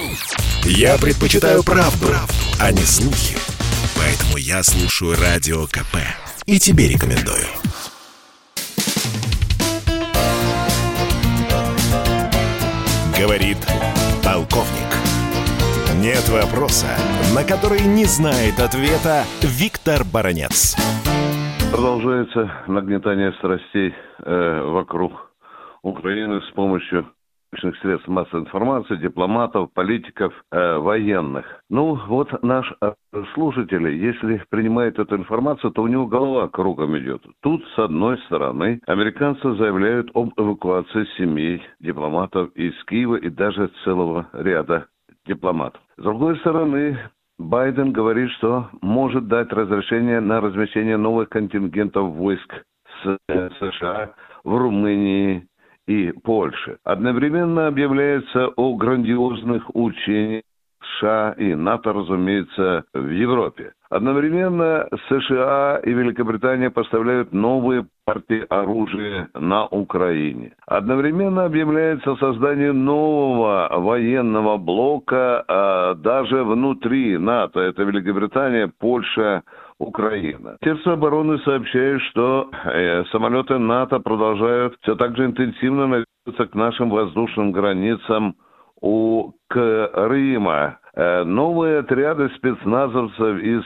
Я предпочитаю правду, а не слухи. Поэтому я слушаю Радио КП. И тебе рекомендую. Говорит полковник. Нет вопроса, на который не знает ответа Виктор Баранец. Продолжается нагнетание страстей вокруг Украины с помощью средств массовой информации, дипломатов, политиков, военных. Ну, вот наш слушатель, если принимает эту информацию, то у него голова кругом идет. Тут, с одной стороны, американцы заявляют об эвакуации семей дипломатов из Киева и даже целого ряда дипломатов. С другой стороны, Байден говорит, что может дать разрешение на размещение новых контингентов войск США в Румынии и Польше. Одновременно объявляется о грандиозных учениях США и НАТО, разумеется, в Европе. Одновременно США и Великобритания поставляют новые партии оружия на Украине. Одновременно объявляется создание нового военного блока даже внутри НАТО. Это Великобритания, Польша, Украина. Министерство обороны сообщает, что самолеты НАТО продолжают все так же интенсивно наведываться к нашим воздушным границам у Крыма. Новые отряды спецназовцев из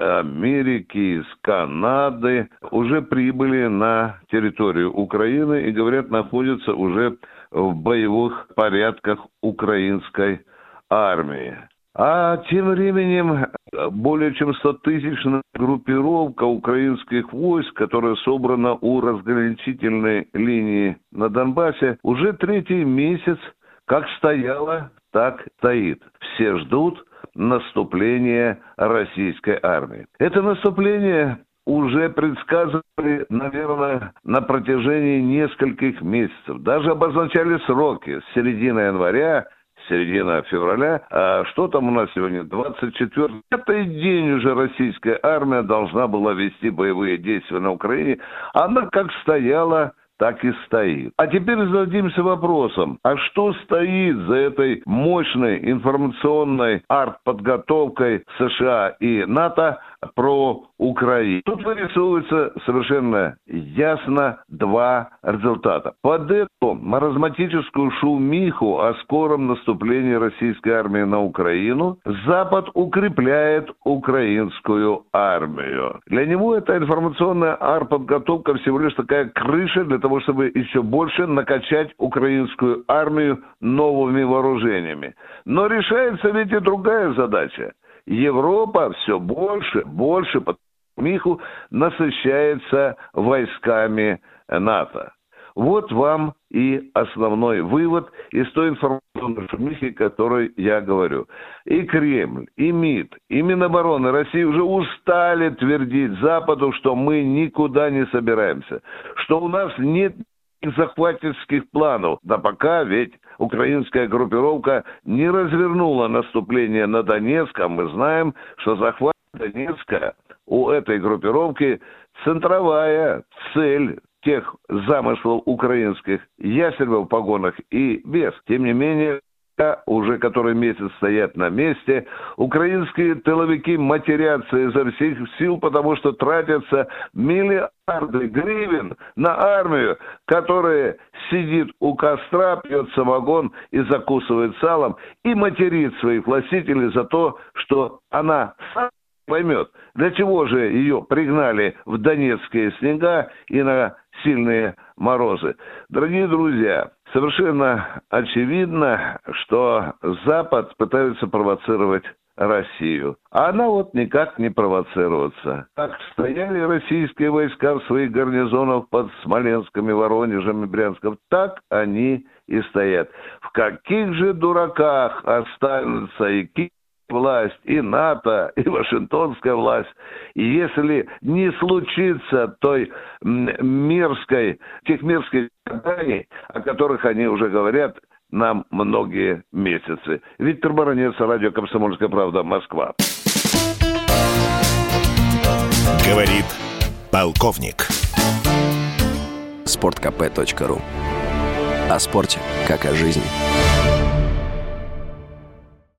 Америки, из Канады уже прибыли на территорию Украины и, говорят, находятся уже в боевых порядках украинской армии. А тем временем более чем 100-тысячная группировка украинских войск, которая собрана у разграничительной линии на Донбассе, уже третий месяц как стояла, так стоит. Все ждут наступления российской армии. Это наступление уже предсказывали, наверное, на протяжении нескольких месяцев. Даже обозначали сроки с середины января, середина февраля. А что там у нас сегодня? 24-й. Пятый день уже российская армия должна была вести боевые действия на Украине. Она как стояла, так и стоит. А теперь зададимся вопросом, а что стоит за этой мощной информационной артподготовкой США и НАТО про Украину? Тут вырисовывается совершенно ясно два результата. Под эту маразматическую шумиху о скором наступлении российской армии на Украину Запад укрепляет украинскую армию. Для него эта информационная артподготовка всего лишь такая крыша для того, чтобы еще больше накачать украинскую армию новыми вооружениями. Но решается ведь и другая задача. Европа все больше под шумиху насыщается войсками НАТО. Вот вам и основной вывод из той информационной шумихи, о которой я говорю. И Кремль, и МИД, и Минобороны России уже устали твердить Западу, что мы никуда не собираемся, что у нас нет захватительских планов. Да пока ведь украинская группировка не развернула наступление на Донецк, а мы знаем, что захват Донецка у этой группировки центровая цель тех замыслов украинских ястребов в погонах и без. Тем не менее, уже который месяц стоят на месте, украинские тыловики матерятся изо всех сил, потому что тратятся миллиарды гривен на армию, которая сидит у костра, пьет самогон и закусывает салом, и материт своих властителей за то, что она сама поймет, для чего же ее пригнали в донецкие снега и на сильные морозы. Дорогие друзья, совершенно очевидно, что Запад пытается провоцировать Россию. А она вот никак не провоцируется. Как стояли российские войска в своих гарнизонах под Смоленском и Воронежем и Брянском, так они и стоят. В каких же дураках останутся и власть, и НАТО, и Вашингтонская власть. И если не случится тех мерзких заданий, о которых они уже говорят нам многие месяцы. Виктор Баранец, радио «Комсомольская правда», Москва. Говорит полковник. Sportkp.ru. О спорте, как о жизни.